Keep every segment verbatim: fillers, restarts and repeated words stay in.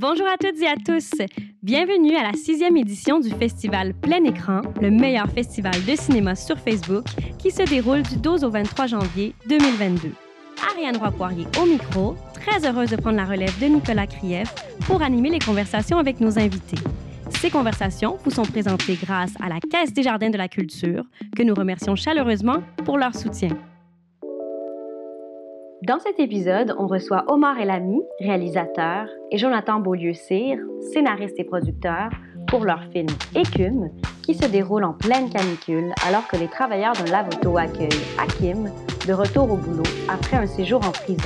Bonjour à toutes et à tous. Bienvenue à la sixième édition du festival Plein Écran, le meilleur festival de cinéma sur Facebook, qui se déroule du douze au vingt-trois janvier deux mille vingt-deux. Ariane Roy-Poirier au micro, très heureuse de prendre la relève de Nicolas Krief pour animer les conversations avec nos invités. Ces conversations vous sont présentées grâce à la Caisse des Jardins de la Culture, que nous remercions chaleureusement pour leur soutien. Dans cet épisode, on reçoit Omar Elami, réalisateur, et Jonathan Beaulieu-Cyr, scénariste et producteur, pour leur film Écume, qui se déroule en pleine canicule alors que les travailleurs d'un lave-auto accueillent Hakim de retour au boulot après un séjour en prison.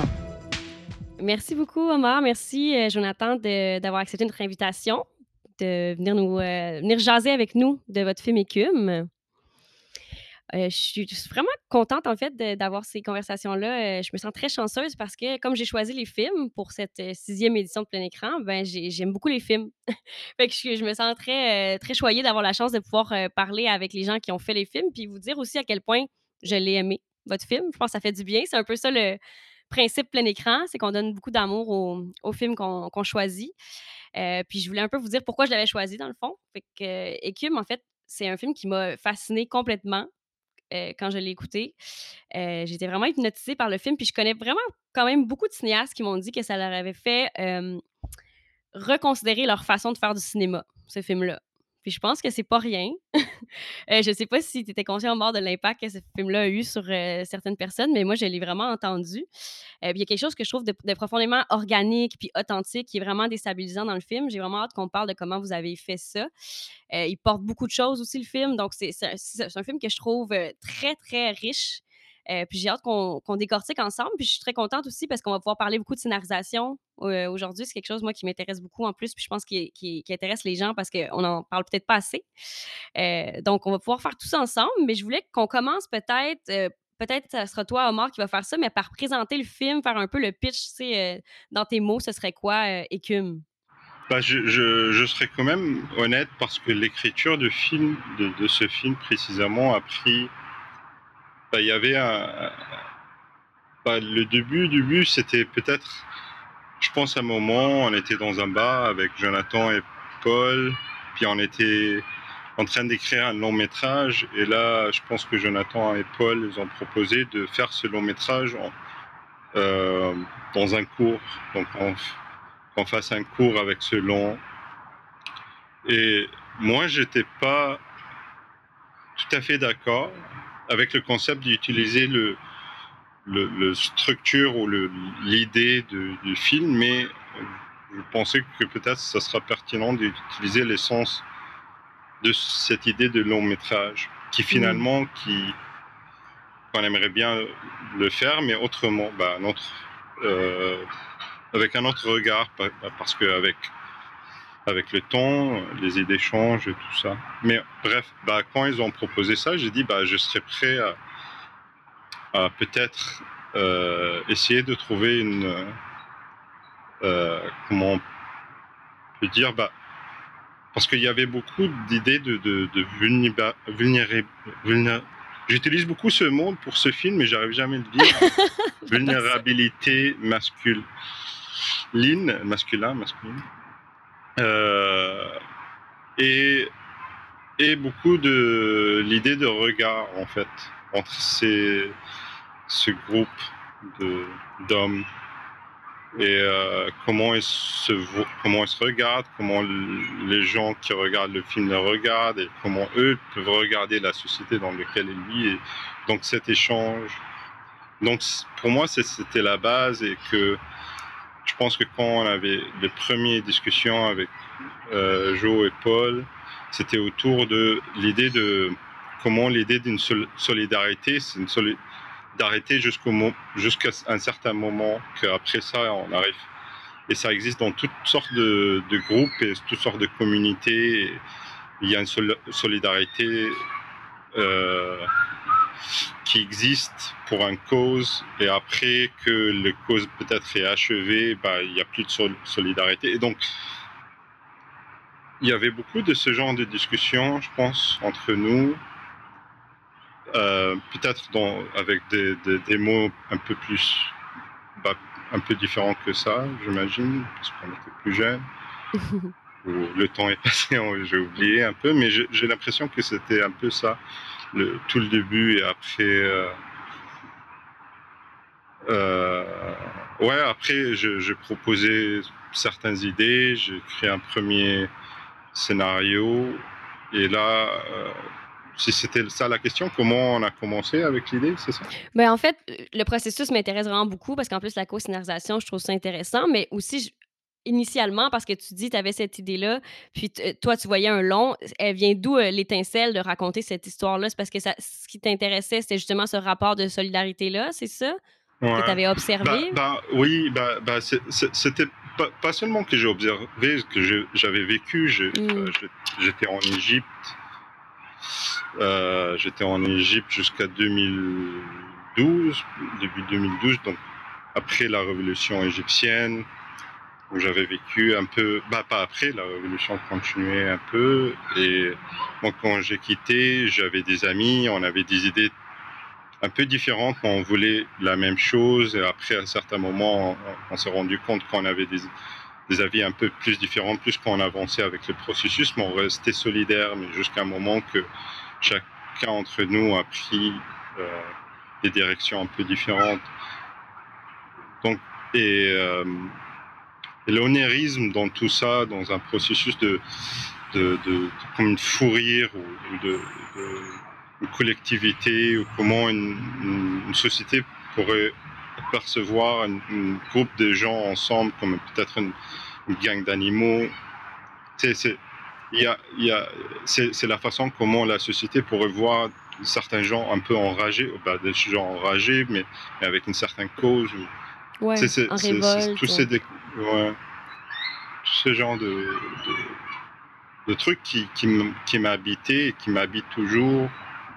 Merci beaucoup, Omar. Merci, euh, Jonathan, de, d'avoir accepté notre invitation, de venir nous euh, venir jaser avec nous de votre film Écume. Euh, je suis vraiment contente, en fait, de- d'avoir ces conversations-là. Euh, je me sens très chanceuse parce que, comme j'ai choisi les films pour cette euh, sixième édition de Plein Écran, ben, j'ai- j'aime beaucoup les films. Fait que je, je me sens très, euh, très choyée d'avoir la chance de pouvoir euh, parler avec les gens qui ont fait les films, puis vous dire aussi à quel point je l'ai aimé, votre film. Je pense que ça fait du bien. C'est un peu ça le principe Plein Écran, c'est qu'on donne beaucoup d'amour aux, aux films qu'on qu'on choisit. Euh, puis je voulais un peu vous dire pourquoi je l'avais choisi, dans le fond. Fait que euh, Écume, en fait, c'est un film qui m'a fascinée complètement euh, quand je l'ai écouté. Euh, j'étais vraiment hypnotisée par le film, puis je connais vraiment quand même beaucoup de cinéastes qui m'ont dit que ça leur avait fait euh, reconsidérer leur façon de faire du cinéma, ce film-là. Puis je pense que c'est pas rien. Euh, je sais pas si tu étais conscient mort de l'impact que ce film-là a eu sur euh, certaines personnes, mais moi, je l'ai vraiment entendu. Euh, puis il y a quelque chose que je trouve de, de profondément organique puis authentique qui est vraiment déstabilisant dans le film. J'ai vraiment hâte qu'on parle de comment vous avez fait ça. Euh, il porte beaucoup de choses aussi, le film. Donc, c'est, c'est, c'est un film que je trouve euh, très, très riche. Euh, puis j'ai hâte qu'on, qu'on décortique ensemble. Puis je suis très contente aussi parce qu'on va pouvoir parler beaucoup de scénarisation euh, aujourd'hui. C'est quelque chose, moi, qui m'intéresse beaucoup en plus. Puis je pense qu'il, qu'il, qu'il intéresse les gens parce qu'on n'en parle peut-être pas assez. Euh, donc, on va pouvoir faire tout ça ensemble. Mais je voulais qu'on commence peut-être... euh, peut-être ça sera toi, Omar, qui va faire ça, mais par présenter le film, faire un peu le pitch, tu sais, euh, dans tes mots, ce serait quoi, euh, Écume? Bah, je, je, je serais quand même honnête parce que l'écriture de film, de, de ce film précisément, a pris. Bah, il y avait un. Bah, le début, début, c'était peut-être. Je pense à un moment, on était dans un bar avec Jonathan et Paul, puis on était en train d'écrire un long métrage, et là, je pense que Jonathan et Paul ils ont proposé de faire ce long métrage en, euh, dans un cours, donc on, qu'on fasse un cours avec ce long. Et moi, j'étais pas tout à fait d'accord avec le concept d'utiliser le, le, le structure ou le, l'idée de, du film, mais je pensais que peut-être ça sera pertinent d'utiliser l'essence de cette idée de long métrage, qui finalement, mmh. qui, on aimerait bien le faire, mais autrement, bah, notre, euh, avec un autre regard, parce qu'avec avec le temps, les idées changent et tout ça. Mais bref, bah, quand ils ont proposé ça, j'ai dit bah, je serais prêt à, à peut-être euh, essayer de trouver une... Euh, comment on peut dire bah, parce qu'il y avait beaucoup d'idées de, de, de vulnéra, vulnéra, vulnéra, j'utilise beaucoup ce mot pour ce film, mais j'arrive jamais à le dire. Vulnérabilité masculine, masculin, masculine. Euh, et et beaucoup de l'idée de regard en fait entre ces ce groupe de d'hommes et euh, comment ils se comment ils se regardent, comment les gens qui regardent le film le regardent et comment eux peuvent regarder la société dans laquelle ils vivent. Et donc cet échange, donc pour moi c'était la base, et que je pense que quand on avait les premières discussions avec euh, Joe et Paul, c'était autour de l'idée de comment l'idée d'une sol- solidarité, c'est une solidarité jusqu'au mo- jusqu'à un certain moment, qu'après ça on arrive. Et ça existe dans toutes sortes de, de groupes et toutes sortes de communautés. Et il y a une sol- solidarité euh, qui existe pour une cause, et après que la cause peut-être est achevée, bah, il n'y a plus de sol- solidarité. Et donc, il y avait beaucoup de ce genre de discussions, je pense, entre nous, euh, peut-être dans, avec des, des, des mots un peu plus, bah, un peu différents que ça, j'imagine, parce qu'on était plus jeunes. Ou le temps est passé, j'ai oublié un peu, mais j'ai, j'ai l'impression que c'était un peu ça, le, tout le début et après. Euh, euh, ouais, après, je, j'ai proposé certaines idées, j'ai créé un premier scénario, et là, euh, si c'était ça la question, comment on a commencé avec l'idée, c'est ça? Ben, en fait, heu, le processus m'intéresse vraiment beaucoup parce qu'en plus la co-scénarisation, je trouve ça intéressant, mais aussi j initialement parce que tu dis tu avais cette idée-là, puis t toi tu voyais un long, elle vient d'où, heu, l'étincelle de raconter cette histoire-là? C'est parce que ça ce qui t'intéressait, c'était justement ce rapport de solidarité-là, c'est ça? Que tu Ouais. avais Bah, observé? bah, oui, bah, bah, c'est- c'est- c'était pas, pas seulement que j'ai observé, que je- j'avais vécu. Je- Mmh. bah, je- j'étais en Égypte. Euh, j'étais en Égypte jusqu'à deux mille douze, début deux mille douze, donc après la révolution égyptienne, où j'avais vécu un peu, bah pas après, la révolution continuait un peu, et donc quand j'ai quitté, j'avais des amis, on avait des idées un peu différentes, mais on voulait la même chose, et après à un certain moment, on, on s'est rendu compte qu'on avait des, des avis un peu plus différents, plus qu'on avançait avec le processus, mais on restait solidaires, mais jusqu'à un moment que chacun d'entre nous a pris euh, des directions un peu différentes. Donc, et, euh, et l'onérisme dans tout ça, dans un processus de, de, de, de comme une fou rire ou, ou de, de une collectivité, ou comment une, une, une société pourrait percevoir un, un groupe de gens ensemble comme peut-être une, une gang d'animaux. C'est, c'est, il y a, il y a, c'est, c'est la façon comment la société pourrait voir certains gens un peu enragés, bah, des gens enragés, mais, mais avec une certaine cause. Ou, c'est, Ouais, c'est, en c'est, c'est, tous révolte, ces, ouais. dé- ouais, ce genre de, de, de trucs qui, qui, m- qui m'a habité et qui m'habitent toujours,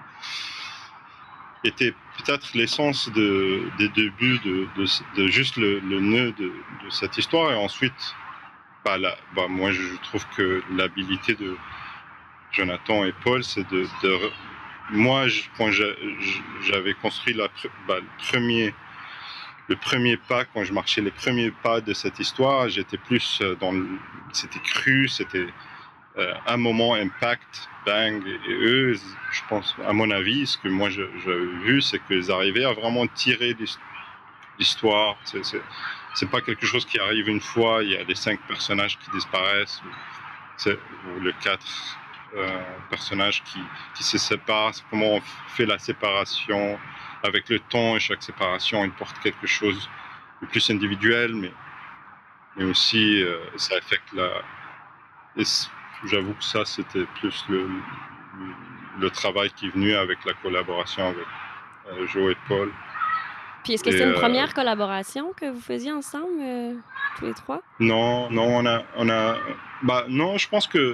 était peut-être l'essence de, des débuts de, de, de juste le, le nœud de, de cette histoire. Et ensuite, bah, là, bah, moi je trouve que l'habilité de Jonathan et Paul, c'est de, de moi je, quand j'avais construit la, bah, le premier le premier pas, quand je marchais les premiers pas de cette histoire, j'étais plus dans le, c'était cru, c'était euh, un moment impact, bang, et eux, je pense, à mon avis, ce que moi j'avais vu, c'est qu'ils arrivaient à vraiment tirer l'histoire. C'est, c'est, c'est pas quelque chose qui arrive une fois, il y a les cinq personnages qui disparaissent, ou, ou les quatre euh, personnages qui, qui se séparent. C'est comment on fait la séparation avec le temps, et chaque séparation il porte quelque chose de plus individuel, mais, mais aussi euh, ça affecte la. Et j'avoue que ça, c'était plus le, le, le travail qui est venu avec la collaboration avec euh, Joe et Paul. Puis est-ce que Et c'est une euh, première collaboration que vous faisiez ensemble, heu, tous les trois? non, non, on a, on a, bah non, je pense que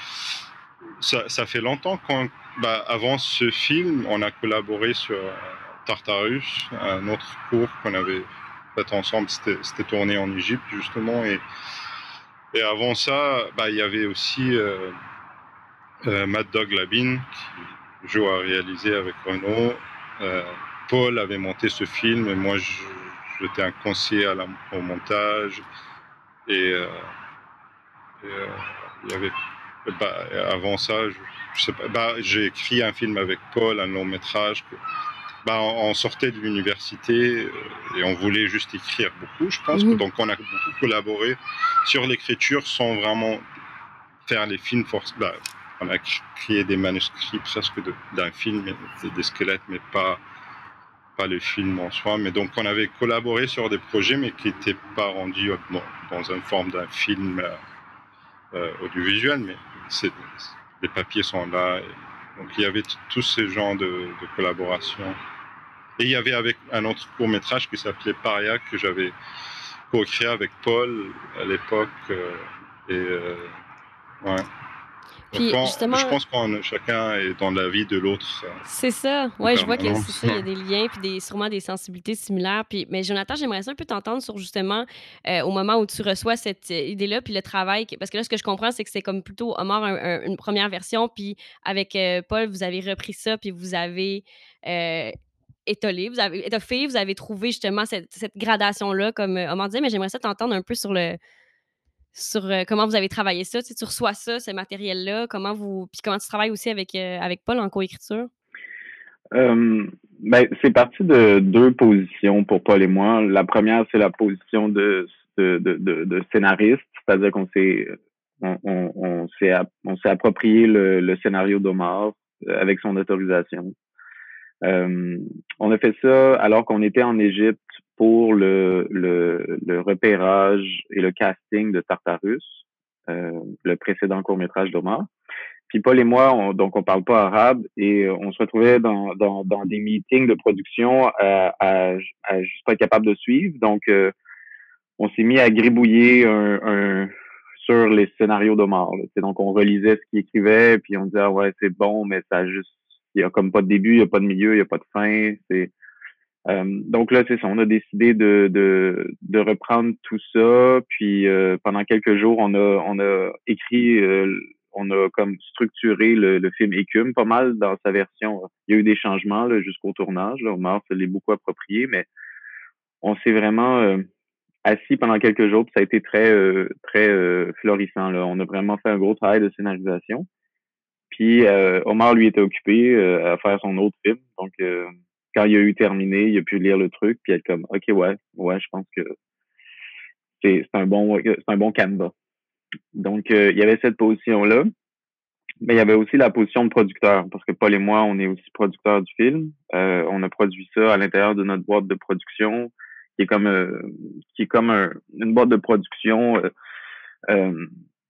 ça, ça fait longtemps qu'on, bah, avant ce film, on a collaboré sur Tartarus, un autre cours qu'on avait fait ensemble. C'était, c'était tourné en Égypte justement, et et avant ça, bah il y avait aussi euh, euh, Mad Dog Labine qui Joe a réalisé avec Renaud. Euh, Paul avait monté ce film et moi je, j'étais un conseiller à la, au montage, et, euh, et euh, il y avait bah, avant ça, je, je sais pas, bah, j'ai écrit un film avec Paul, un long métrage. Que, bah, on, on sortait de l'université euh, et on voulait juste écrire beaucoup, je pense. Que, Mmh. donc on a beaucoup collaboré sur l'écriture sans vraiment faire les films. Force, bah, on a créé des manuscrits presque de, d'un film, des, des squelettes, mais pas pas le film en soi. Mais donc on avait collaboré sur des projets, mais qui n'étaient pas rendus dans, dans une forme d'un film euh, euh, audiovisuel, mais c'est, les papiers sont là. Et donc il y avait tous ces genres de, de collaboration. Et il y avait avec un autre court métrage qui s'appelait Paria, que j'avais co-créé avec Paul à l'époque. Euh, et euh, ouais. Donc Puis quand, je justement pense qu'on chacun est dans la vie de l'autre euh, c'est ça. en Ouais, je vois que c'est permanence. ça, il y a des liens puis des sûrement des sensibilités similaires. Puis mais Jonathan, j'aimerais ça un peu t'entendre sur justement, heu, au moment où tu reçois cette, heu, idée-là, puis le travail que parce que là, ce que je comprends, c'est que c'est comme plutôt Omar un un une première version, puis avec, heu, Paul, vous avez repris ça, puis vous avez, heu, étoilé, vous avez étoffé, vous avez trouvé justement cette cette gradation-là comme, heu, Omar disait. Mais j'aimerais ça t'entendre un peu sur le sur euh, comment vous avez travaillé ça. Tu sais, tu reçois ça, ce matériel-là, comment vous. Puis comment tu travailles aussi avec, euh, avec Paul en coécriture? Euh, ben, c'est parti de deux positions pour Paul et moi. La première, c'est la position de, de, de, de, de scénariste, c'est-à-dire qu'on s'est on, on, on s'est on s'est approprié le, le scénario d'Omar euh, avec son autorisation. Euh, on a fait ça alors qu'on était en Égypte pour le, le, le repérage et le casting de Tartarus, euh, le précédent court-métrage d'Omar. Puis Paul et moi, on, donc on parle pas arabe et on se retrouvait dans, dans, dans des meetings de production à, à, à juste pas être capable de suivre. Donc, euh, on s'est mis à gribouiller un, un, sur les scénarios d'Omar. Là. Donc, on relisait ce qu'il écrivait, puis on disait ah ouais, c'est bon, mais ça a juste, il y a comme pas de début, il y a pas de milieu, il y a pas de fin. C'est euh, donc là, c'est ça. On a décidé de, de, de reprendre tout ça. Puis euh, pendant quelques jours, on a, on a écrit, euh, on a comme structuré le, le film Écume pas mal dans sa version. Il y a eu des changements là, jusqu'au tournage. Là. Omar se l'est beaucoup approprié, mais on s'est vraiment euh, assis pendant quelques jours. Puis ça a été très, euh, très euh, florissant. Là. On a vraiment fait un gros travail de scénarisation. Puis euh, Omar, lui, était occupé euh, à faire son autre film. Donc, euh, quand il a eu terminé, il a pu lire le truc, puis être comme, OK, ouais, ouais, je pense que c'est, c'est un bon c'est un bon canevas. Donc, euh, il y avait cette position-là. Mais il y avait aussi la position de producteur, parce que Paul et moi, on est aussi producteurs du film. Euh, on a produit ça à l'intérieur de notre boîte de production, qui est comme euh, qui est comme un, une boîte de production euh, euh,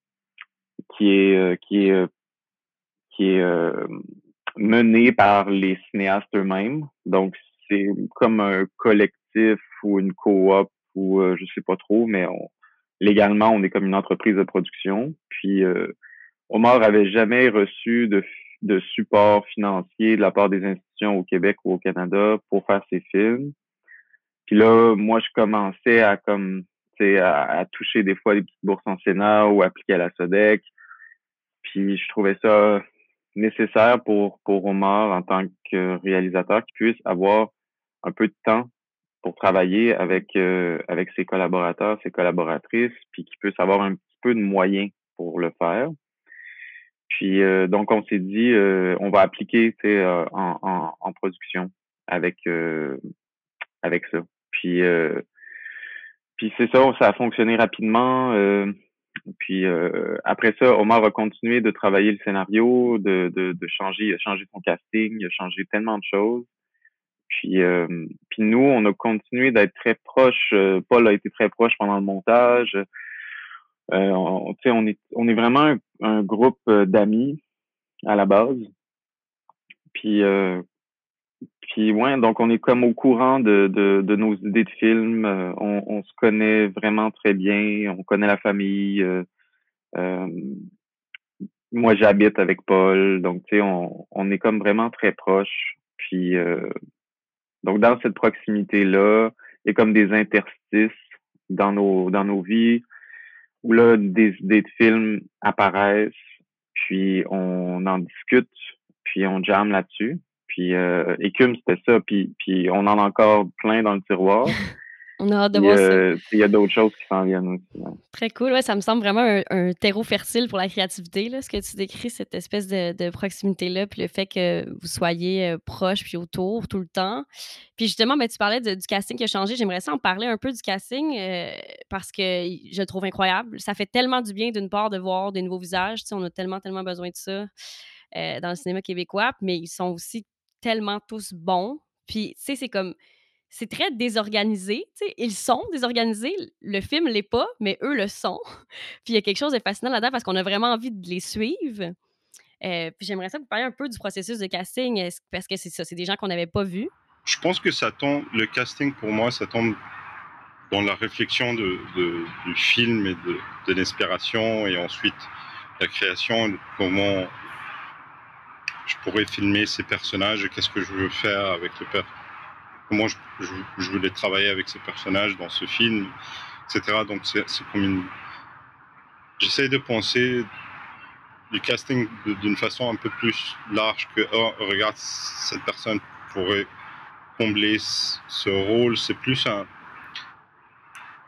qui est euh, qui est euh, qui est euh, menée par les cinéastes eux-mêmes. Donc, c'est comme un collectif ou une coop ou euh, je sais pas trop, mais on, légalement, on est comme une entreprise de production. Puis, euh, Omar avait jamais reçu de, de support financier de la part des institutions au Québec ou au Canada pour faire ses films. Puis là, moi, je commençais à comme, tu sais, à, à toucher des fois des petites bourses en Sénat ou appliquer à la SODEC. Puis je trouvais ça nécessaire pour, pour Omar en tant que réalisateur qu'il puisse avoir un peu de temps pour travailler avec, euh, avec ses collaborateurs, ses collaboratrices, puis qu'il puisse avoir un petit peu de moyens pour le faire. Puis euh, donc on s'est dit euh, on va appliquer euh, en, en, en production avec euh, avec ça. Puis euh, puis c'est ça, ça a fonctionné rapidement. Euh, puis euh, après ça, Omar a continué de travailler le scénario, de, de, de changer, il a changé son casting, il a changé tellement de choses. Puis, euh, puis nous, on a continué d'être très proches. Euh, Paul a été très proche pendant le montage. Euh, on, on est on est vraiment un, un groupe d'amis à la base. Puis euh, puis ouais, donc on est comme au courant de, de, de nos idées de films. Euh, on, on se connaît vraiment très bien. On connaît la famille. Euh, euh, moi, j'habite avec Paul, donc tu sais, on, on est comme vraiment très proches. Puis euh, donc dans cette proximité-là, il y a comme des interstices dans nos dans nos vies où là des idées de films apparaissent, puis on en discute, puis on jamme là-dessus. Puis euh, Écume, c'était ça, puis puis on en a encore plein dans le tiroir. On a hâte de Puis, voir ça. euh, il y a d'autres choses qui s'en viennent aussi. Ouais. Très cool. Ouais, ça me semble vraiment un, un terreau fertile pour la créativité, là, ce que tu décris, cette espèce de, de proximité-là, puis le fait que vous soyez euh, proches puis autour tout le temps. Puis justement, ben, tu parlais de- du casting qui a changé. J'aimerais ça en parler un peu du casting euh, parce que je le trouve incroyable. Ça fait tellement du bien, d'une part, de voir des nouveaux visages. Tu sais, on a tellement, tellement besoin de ça euh, dans le cinéma québécois, mais ils sont aussi tellement tous bons. Puis, tu sais, c'est comme c'est très désorganisé, tu sais. Ils sont désorganisés, le film l'est pas, mais eux le sont. Puis il y a quelque chose de fascinant là-dedans parce qu'on a vraiment envie de les suivre. Heu, puis j'aimerais ça que vous parliez un peu du processus de casting, est-ce parce que c'est ça, c'est des gens qu'on n'avait pas vus. Je pense que ça tombe, le casting pour moi, ça tombe dans la réflexion de, de- du film et de, de l'inspiration et ensuite la création, de comment je pourrais filmer ces personnages et qu'est-ce que je veux faire avec le per comment je, je, je voulais travailler avec ces personnages dans ce film, et cetera. Donc c'est c'est comme une... J'essaie de penser du casting de- d'une façon un peu plus large que oh, regarde, cette personne pourrait combler ce ce rôle. C'est plus un,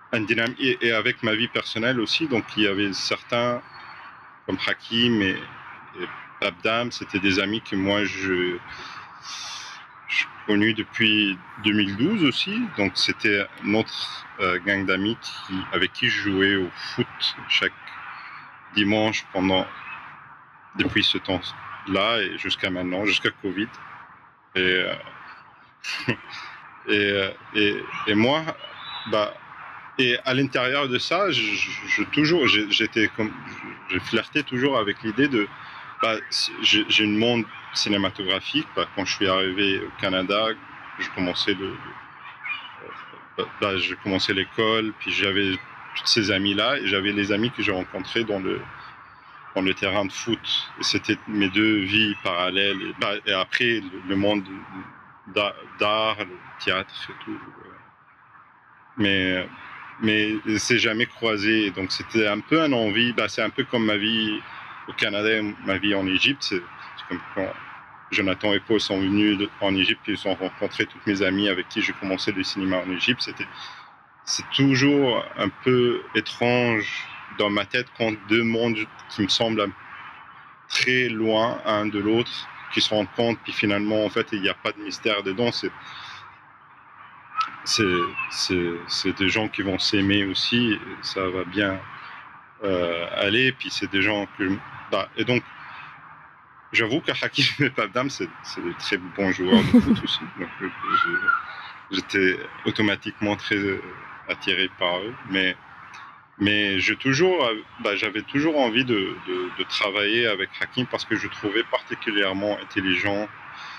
un dynam- et, et avec ma vie personnelle aussi. Donc il y avait certains, comme Hakim et, et Pabdam, c'était des amis que moi je, je connu depuis deux mille douze aussi. Donc c'était notre euh, gang d'amis qui, avec qui je jouais au foot chaque dimanche pendant depuis ce temps-là et jusqu'à maintenant, jusqu'à Covid. Et, euh, et, euh, et, et moi, bah, et à l'intérieur de ça, je, je, je toujours, j'étais comme, je flirtais toujours avec l'idée de, bah, j'ai, j'ai une monde cinématographique. Bah, quand je suis arrivé au Canada, je commençais le, bah, je commençais l'école, puis j'avais tous ces amis-là, et j'avais les amis que j'ai rencontrés dans le dans le terrain de foot. Et c'était mes deux vies parallèles. Et, bah, et après, le, le monde d'art, le théâtre et tout. Mais, mais c'est jamais croisé. Donc c'était un peu une envie. Bah, c'est un peu comme ma vie au Canada et ma vie en Égypte. C'est, c'est comme quand Jonathan et Paul sont venus en Égypte et ils ont rencontré toutes mes amies avec qui j'ai commencé le cinéma en Égypte. C'était, c'est toujours un peu étrange dans ma tête quand deux mondes qui me semblent très loin un de l'autre, qui se rendent compte, puis finalement, en fait, il n'y a pas de mystère dedans. C'est, c'est, c'est, c'est des gens qui vont s'aimer aussi, et ça va bien euh, aller, puis c'est des gens que... Bah, et donc, j'avoue qu'à Hakim et Pabdam, c'est, c'est des très bons joueurs de foot aussi. Donc, je, j'étais automatiquement très attiré par eux, mais... Mais j'ai toujours, bah, j'avais toujours envie de, de, de travailler avec Hakim parce que je trouvais particulièrement intelligent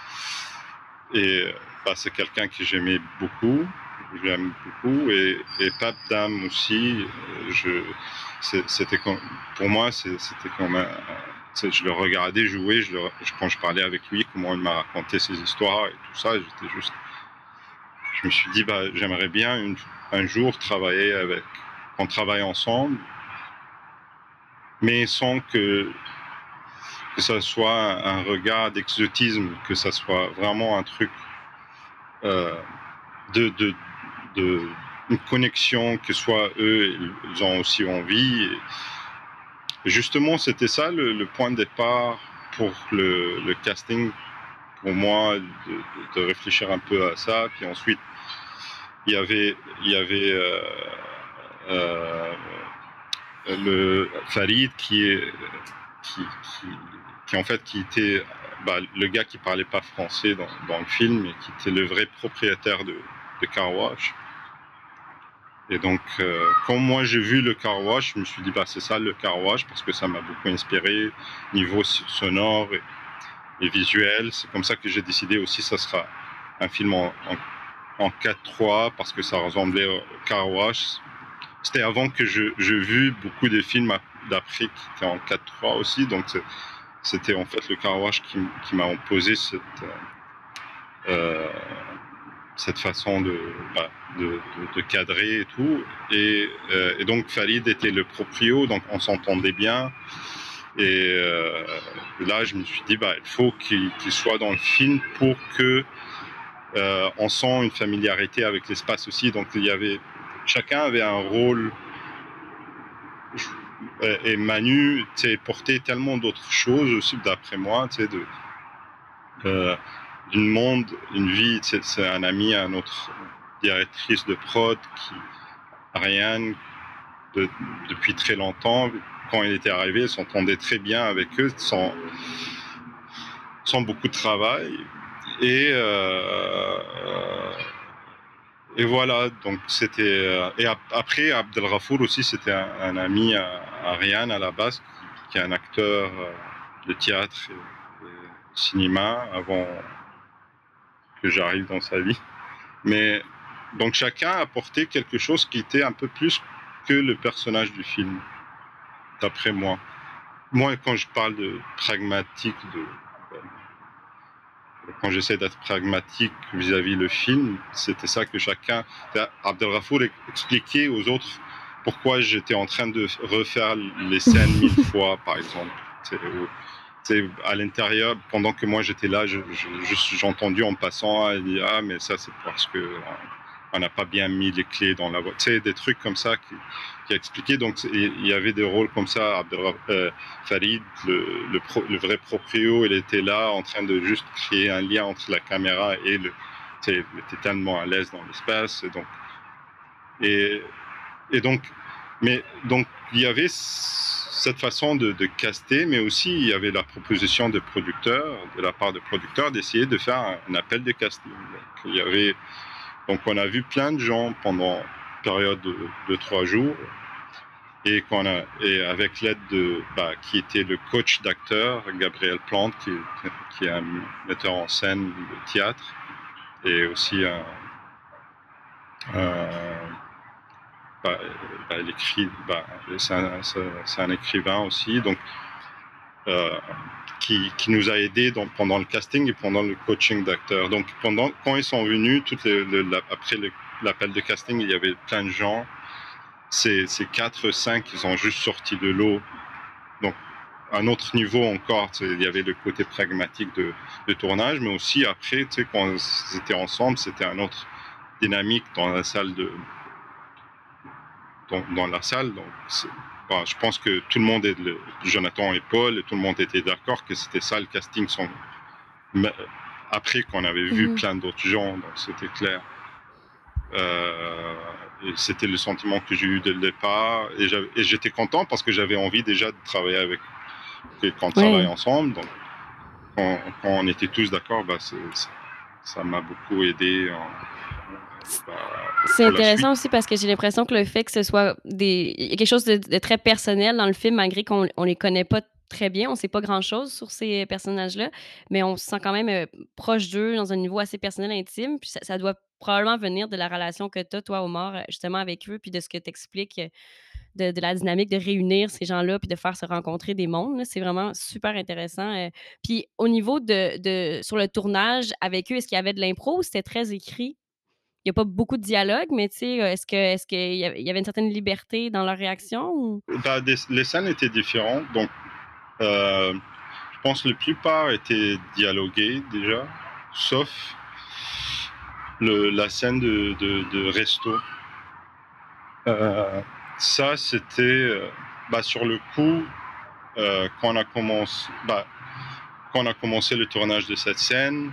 et bah, c'est quelqu'un que j'aimais beaucoup, j'aime beaucoup et, et Pabdam aussi. Je, c'était comme, pour moi, c'était comme un, je le regardais jouer, je le, quand je parlais avec lui, comment il m'a raconté ses histoires et tout ça, j'étais juste, je me suis dit, bah, j'aimerais bien une, un jour travailler avec, qu'on travaille ensemble, mais sans que, que ça soit un regard d'exotisme, que ça soit vraiment un truc euh, de, de, de une connexion, que soit eux, ils ont aussi envie. Et justement, c'était ça le, le point de départ pour le, le casting, pour moi, de, de, de réfléchir un peu à ça. Puis ensuite, il y avait, il y avait euh, euh, le Farid qui est qui, qui, qui en fait qui était bah, le gars qui parlait pas français dans, dans le film et qui était le vrai propriétaire de, de Car Wash. Et donc euh, quand moi j'ai vu le Car Wash, je me suis dit bah c'est ça le Car Wash parce que ça m'a beaucoup inspiré niveau sonore et, et visuel. C'est comme ça que j'ai décidé aussi ça sera un film en, en, en quatre trois parce que ça ressemblait au Car Wash. C'était avant que je, je vu beaucoup de films d'après qui étaient en quatre trois aussi, donc c'était en fait le Car Wash qui, qui m'a imposé cette, euh, cette façon de, bah, de, de, de cadrer et tout. Et, euh, et donc Farid était le proprio, donc on s'entendait bien. Et euh, là, je me suis dit, bah, il faut qu'il, qu'il soit dans le film pour que euh, on sent une familiarité avec l'espace aussi. Donc il y avait chacun avait un rôle et Manu portait tellement d'autres choses aussi d'après moi, de euh, d'une monde, une vie. C'est un ami à notre directrice de prod, qui Ariane, de, depuis très longtemps. Quand il était arrivé, il s'entendait très bien avec eux, sans, sans beaucoup de travail. Et euh, Et voilà, donc c'était. Et après, Abdelghafour aussi, c'était un, un ami à Ariane à la base, qui, qui est un acteur de théâtre et, et cinéma avant que j'arrive dans sa vie. Mais donc chacun apportait quelque chose qui était un peu plus que le personnage du film, d'après moi. Moi, quand je parle de pragmatique, de. Quand j'essaie d'être pragmatique vis-à-vis le film, c'était ça que chacun... Abdelghafour expliquait aux autres pourquoi j'étais en train de refaire les scènes mille fois, par exemple. C'est, à l'intérieur, pendant que moi j'étais là, je, je, j'ai entendu en passant, il dit « Ah, mais ça c'est parce que on n'a pas bien mis les clés dans la voiture. Tu sais, des trucs comme ça qui, qui a expliqué. Donc, il y avait des rôles comme ça. Abdelra, euh, Farid, le, le, pro, le vrai proprio, il était là en train de juste créer un lien entre la caméra et le. Tu sais, il était tellement à l'aise dans l'espace. Et donc, et, et donc, mais donc, il y avait cette façon de, de caster, mais aussi il y avait la proposition de producteurs, de la part de producteurs, d'essayer de faire un, un appel de casting. Donc, il y avait, donc on a vu plein de gens pendant une période de, de trois jours, et, qu'on a, et avec l'aide de, bah, qui était le coach d'acteur, Gabriel Plante, qui, qui est un metteur en scène de théâtre, et aussi un, un Bah, bah, il écrit, bah, c'est, un, c'est un écrivain aussi, donc euh, qui, qui nous a aidés dans, pendant le casting et pendant le coaching d'acteurs. Donc pendant quand ils sont venus, toutes les, le, la, après le, l'appel de casting, il y avait plein de gens. Ces, ces quatre, cinq, ils sont juste sortis de l'eau. Donc un autre niveau encore, il y avait le côté pragmatique de, de tournage, mais aussi après, quand ils étaient ensemble, c'était un autre dynamique dans la salle de Dans, dans la salle. Donc, bah, je pense que tout le monde, est le, Jonathan et Paul, et tout le monde était d'accord que c'était ça le casting. Son, après qu'on avait vu mm-hmm. plein d'autres gens, donc c'était clair. Euh, et c'était le sentiment que j'ai eu dès le départ. Et, et j'étais content parce que j'avais envie déjà de travailler avec, qu'on travaille ouais. ensemble. Donc, quand, quand on était tous d'accord, bah, c'est, c'est, ça m'a beaucoup aidé. En, C'est intéressant aussi parce que j'ai l'impression que le fait que ce soit des... Il y a quelque chose de, de très personnel dans le film, malgré qu'on ne les connaît pas très bien, on ne sait pas grand-chose sur ces personnages-là, mais on se sent quand même euh, proche d'eux dans un niveau assez personnel, intime, puis ça, ça doit probablement venir de la relation que tu as, toi, Omar, justement, avec eux, puis de ce que tu expliques, de, de la dynamique de réunir ces gens-là, puis de faire se rencontrer des mondes. Là. C'est vraiment super intéressant. Euh. Puis au niveau de, de... sur le tournage avec eux, est-ce qu'il y avait de l'impro ou c'était très écrit? Il n'y a pas beaucoup de dialogue, mais tu sais, est-ce que est-ce qu'il y avait une certaine liberté dans leur réaction? Ou? Bah, des, les scènes étaient différentes, donc euh, je pense que la plupart étaient dialoguées déjà, sauf le, la scène de, de, de resto. Euh, ça, c'était euh, bah, sur le coup, euh, quand, on a commencé, bah, quand on a commencé le tournage de cette scène,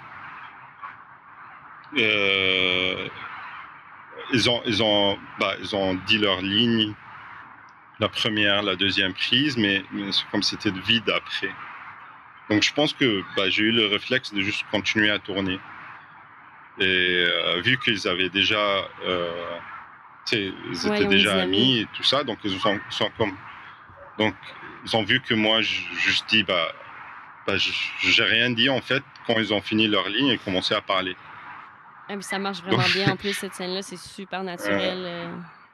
euh, Ils ont, ils, ont, bah, ils ont dit leur ligne, la première, la deuxième prise, mais, mais comme c'était vide après. Donc je pense que bah, j'ai eu le réflexe de juste continuer à tourner. Et euh, vu qu'ils avaient déjà, euh, ils étaient ouais, déjà amis et tout ça, donc ils sont, sont comme, donc ils ont vu que moi, je juste dit, bah, bah, j'ai rien dit en fait quand ils ont fini leur ligne et commencé à parler. Ah, ça marche vraiment donc, bien. En plus, cette scène-là, c'est super naturel. Euh...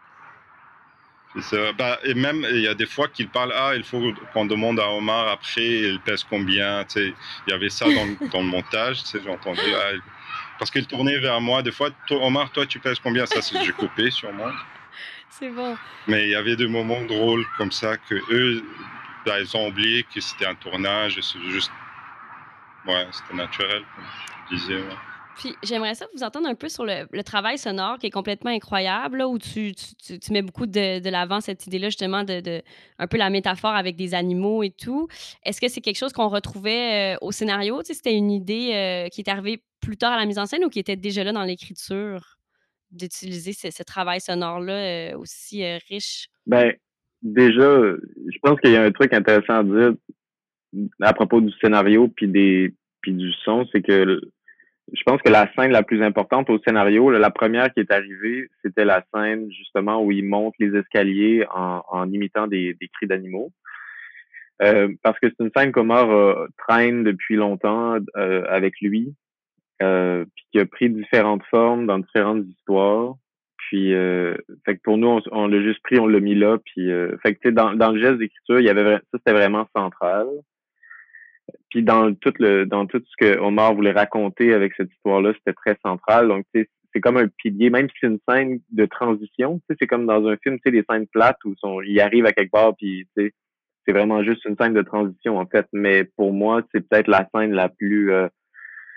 C'est, bah, et même, il y a des fois qu'il parle, ah, il faut qu'on demande à Omar après, il pèse combien, tu sais. Il y avait ça dans, dans le montage, tu sais, j'ai entendu. Ah, parce qu'il tournait vers moi, des fois, toi, Omar, toi, tu pèses combien? Ça, c'est, j'ai coupé sûrement. C'est bon. Mais il y avait des moments drôles comme ça que eux, bah, ils ont oublié que c'était un tournage, et c'est juste, ouais, c'était naturel, comme je disais, ouais. Puis j'aimerais ça vous entendre un peu sur le, le travail sonore qui est complètement incroyable, là, où tu, tu, tu mets beaucoup de, de l'avant cette idée-là, justement, de, de un peu la métaphore avec des animaux et tout. Est-ce que c'est quelque chose qu'on retrouvait euh, au scénario? Tu sais, c'était une idée euh, qui est arrivée plus tard à la mise en scène ou qui était déjà là dans l'écriture, d'utiliser ce, ce travail sonore-là euh, aussi euh, riche? Ben, déjà, je pense qu'il y a un truc intéressant à dire à propos du scénario puis des puis du son, c'est que je pense que la scène la plus importante au scénario, la première qui est arrivée, c'était la scène justement où il monte les escaliers en, en imitant des, des cris d'animaux. Euh, parce que c'est une scène qu'Omar euh, traîne depuis longtemps euh, avec lui, euh, puis qui a pris différentes formes dans différentes histoires. Puis, euh, fait que pour nous, on, on l'a juste pris, on l'a mis là. Puis, euh, fait que tu sais, dans, dans le geste d'écriture, il y avait ça, c'était vraiment central. Puis dans tout le dans tout ce que Omar voulait raconter avec cette histoire-là, c'était très central. Donc, tu sais, c'est comme un pilier, même si c'est une scène de transition, tu sais, c'est comme dans un film, tu sais, des scènes plates où sont, il arrive à quelque part, puis tu sais, c'est vraiment juste une scène de transition, en fait. Mais pour moi, c'est peut-être la scène la plus euh,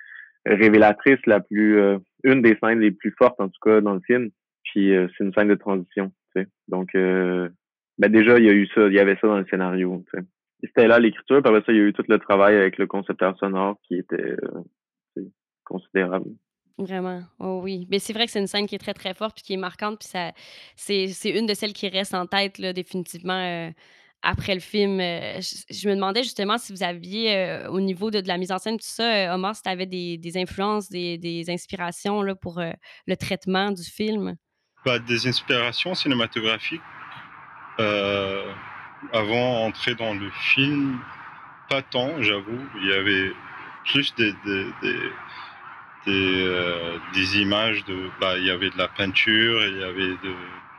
révélatrice, la plus, euh, une des scènes les plus fortes en tout cas dans le film. Puis euh, c'est une scène de transition, tu sais. Donc, euh, ben déjà il y a eu ça, il y avait ça dans le scénario, tu sais. C'était là l'écriture, puis après ça il y a eu tout le travail avec le concepteur sonore qui était euh, considérable. Vraiment, oh oui. Mais c'est vrai que c'est une scène qui est très, très forte puis qui est marquante, puis ça c'est c'est une de celles qui reste en tête, là, définitivement, heu, après le film. Heu, je je me demandais justement si vous aviez, heu, au niveau de de la mise en scène, tout ça, heu, Omar, si tu avais des des influences, des des inspirations, là, pour, heu, le traitement du film? Bah, des inspirations cinématographiques, euh, avant d'entrer dans le film, pas tant, j'avoue. Il y avait plus des, des, des, des, euh, des images de. Bah, il y avait de la peinture, il y avait de.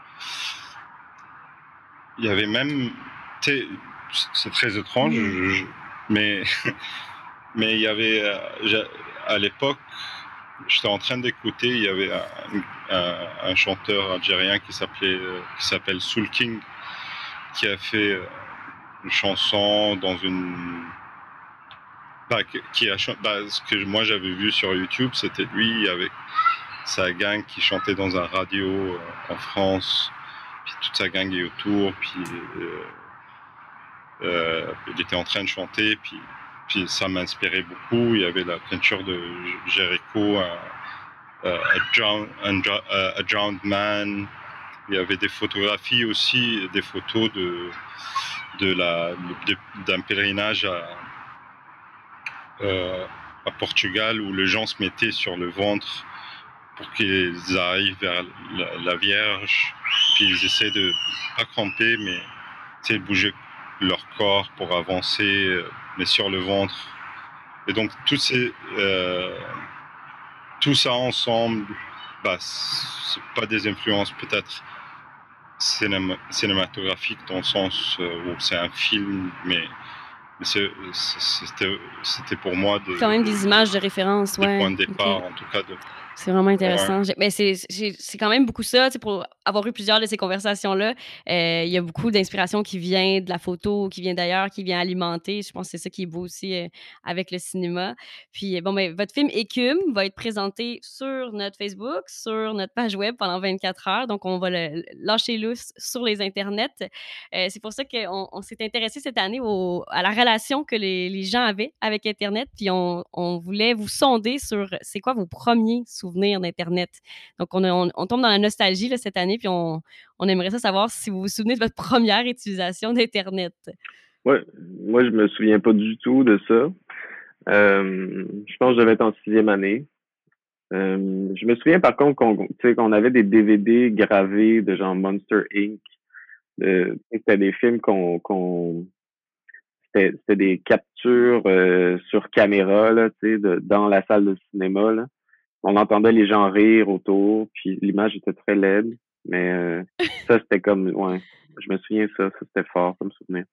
Il y avait même. Tu sais, c'est très étrange, Mmh. je- mais, mais il y avait. euh, j'a- à l'époque, j'étais en train d'écouter, il y avait un, un- un chanteur algérien qui s'appelait, euh, qui s'appelle Soul King, qui a fait euh, une chanson dans une. Bah, qui qui a chan- bah, ce que moi j'avais vu sur YouTube, c'était lui avec sa gang qui chantait dans un radio euh, en France, puis toute sa gang est autour, puis euh, euh, il était en train de chanter, puis, puis ça m'inspirait beaucoup. Il y avait la peinture de Jericho, un, un, a drowned, un, a drowned man. Il y avait des photographies aussi, des photos de, de la, de, d'un pèlerinage à, euh, à Portugal où les gens se mettaient sur le ventre pour qu'ils arrivent vers la, la Vierge, puis ils essaient de pas cramper, mais de bouger leur corps pour avancer, euh, mais sur le ventre. Et donc tout, ces, euh, tout ça ensemble, bah, c'est pas des influences peut-être cinéma, cinématographiques dans le sens euh, où c'est un film, mais, mais c'est, c'était, c'était pour moi de, Quand même de, des images de référence, des points ouais, de OK. départ, en tout cas. De, C'est vraiment ouais. intéressant. J'ai mais c'est c'est c'est quand même beaucoup ça, tu sais, pour avoir eu plusieurs de ces conversations-là, heu, il y a beaucoup d'inspiration qui vient de la photo, qui vient d'ailleurs, qui vient alimenter. Je pense que c'est ça qui est beau aussi, heu, avec le cinéma. Puis, euh, bon, ben, votre film Écume va être présenté sur notre Facebook, sur notre page web pendant vingt-quatre heures, donc on va le lâcher lousse sur les internets. Heu, c'est pour ça qu'on on s'est intéressé cette année au à la relation que les les gens avaient avec internet, puis on on voulait vous sonder sur c'est quoi vos premiers souvenirs d'internet. Donc on a on on tombe dans la nostalgie, là, cette année, puis on on aimerait ça savoir si vous vous souvenez de votre première utilisation d'internet. Ouais, moi je me souviens pas du tout de ça. Euh, je pense que je devais être en sixième année. Euh, je me souviens par contre qu'on tu sais, qu'on avait des D V D gravés de genre Monster inc. De, c'était des films qu'on qu'on c'était, c'était des captures euh, sur caméra là, tu sais, de, dans la salle de cinéma là. On entendait les gens rire autour, puis l'image était très laide, mais euh, ça c'était comme ouais, je me souviens de ça, ça c'était fort comme souvenir.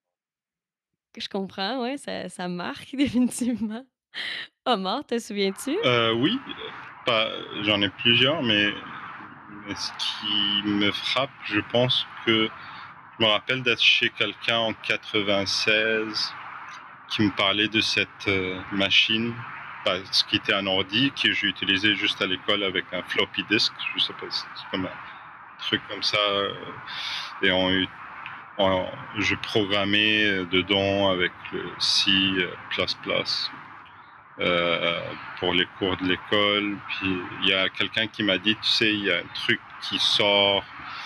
Je comprends, ouais, ça ça marque définitivement. Omar, te souviens-tu? Euh, oui, pas, j'en ai plusieurs, mais, mais ce qui me frappe, je pense que je me rappelle d'être chez quelqu'un en quatre-vingt-seize qui me parlait de cette euh, machine, bah, ce qui était un ordi que j'ai utilisé juste à l'école avec un floppy disk, je sais pas, c'est comme un truc comme ça, euh, et on, on, je programmais dedans avec le C plus plus. Euh, pour les cours de l'école. Puis il y a quelqu'un qui m'a dit, tu sais, il y a un truc qui sort,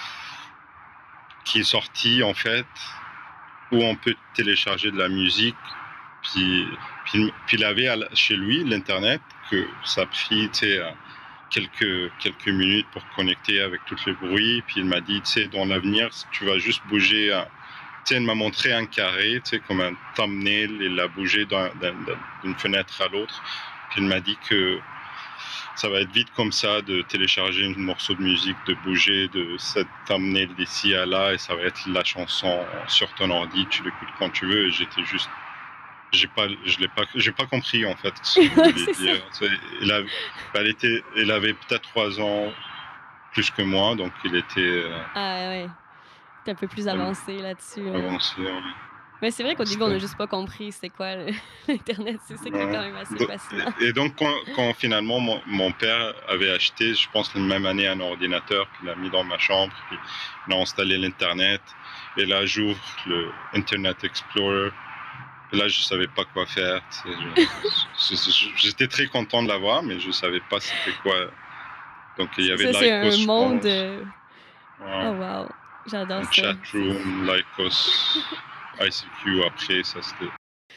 qui est sorti en fait, où on peut télécharger de la musique. Puis, puis, puis il avait chez lui l'internet que ça a pris, tu sais, quelques quelques minutes pour connecter avec tous les bruits. Puis il m'a dit, tu sais, dans l'avenir, tu vas juste bouger. Un, tu sais, il m'a montré un carré, tu sais, comme un thumbnail. Il l'a bougé d'un, d'un, d'une fenêtre à l'autre. Puis il m'a dit que ça va être vite comme ça de télécharger un morceau de musique, de bouger, de cette thumbnail d'ici à là, et ça va être la chanson sur ton ordi, tu l'écoutes quand tu veux. Et j'étais juste, j'ai pas, je l'ai pas, j'ai pas compris en fait ce qu'il Ouais, voulait c'est ça. dire. Il avait, elle était, il avait peut-être trois ans plus que moi, donc il était euh, Ah ouais, tu un peu plus avancé là-dessus, ouais. avancé. Ouais. Mais c'est vrai qu'au début, on C'était- n'a juste pas compris c'est quoi le- l'Internet. C'est ça qui est Ouais. quand même assez Donc- fascinant. et donc, quand, quand finalement mon, mon père avait acheté, je pense, la même année, un ordinateur qu'il a mis dans ma chambre, puis il a installé l'Internet, et là, j'ouvre le Internet Explorer, et là, je savais pas quoi faire. tu sais, je- je- je- J'étais très content de l'avoir, mais je savais pas c'était quoi. Donc, il y avait Ça, c'est un Lycos, je monde. pense. euh, Ouais. Oh, wow. J'adore Un ça. chat C'est- room, Lycos, I C Q après, ça c'était.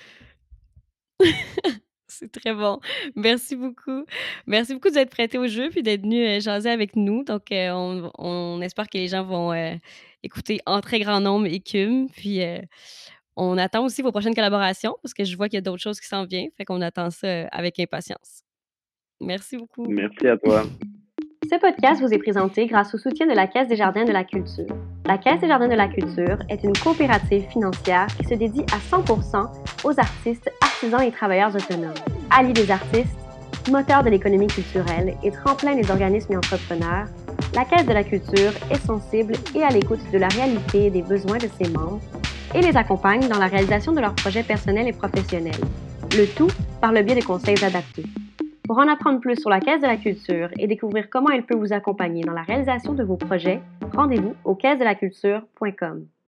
C'est très bon. Merci beaucoup. Merci beaucoup d'être prêté au jeu puis d'être venu euh, jaser avec nous. Donc, euh, on, on espère que les gens vont euh, écouter en très grand nombre Écume. Puis, euh, on attend aussi vos prochaines collaborations parce que je vois qu'il y a d'autres choses qui s'en viennent. Fait qu'on attend ça euh, avec impatience. Merci beaucoup. Merci à toi. Ce podcast vous est présenté grâce au soutien de la Caisse des Jardins de la Culture. La Caisse des Jardins de la Culture est une coopérative financière qui se dédie à cent pour cent aux artistes, artisans et travailleurs autonomes. Alliés des artistes, moteur de l'économie culturelle et tremplin des organismes et entrepreneurs, la Caisse de la Culture est sensible et à l'écoute de la réalité et des besoins de ses membres et les accompagne dans la réalisation de leurs projets personnels et professionnels, le tout par le biais de conseils adaptés. Pour en apprendre plus sur la Caisse de la Culture et découvrir comment elle peut vous accompagner dans la réalisation de vos projets, rendez-vous au caisse de la culture point com.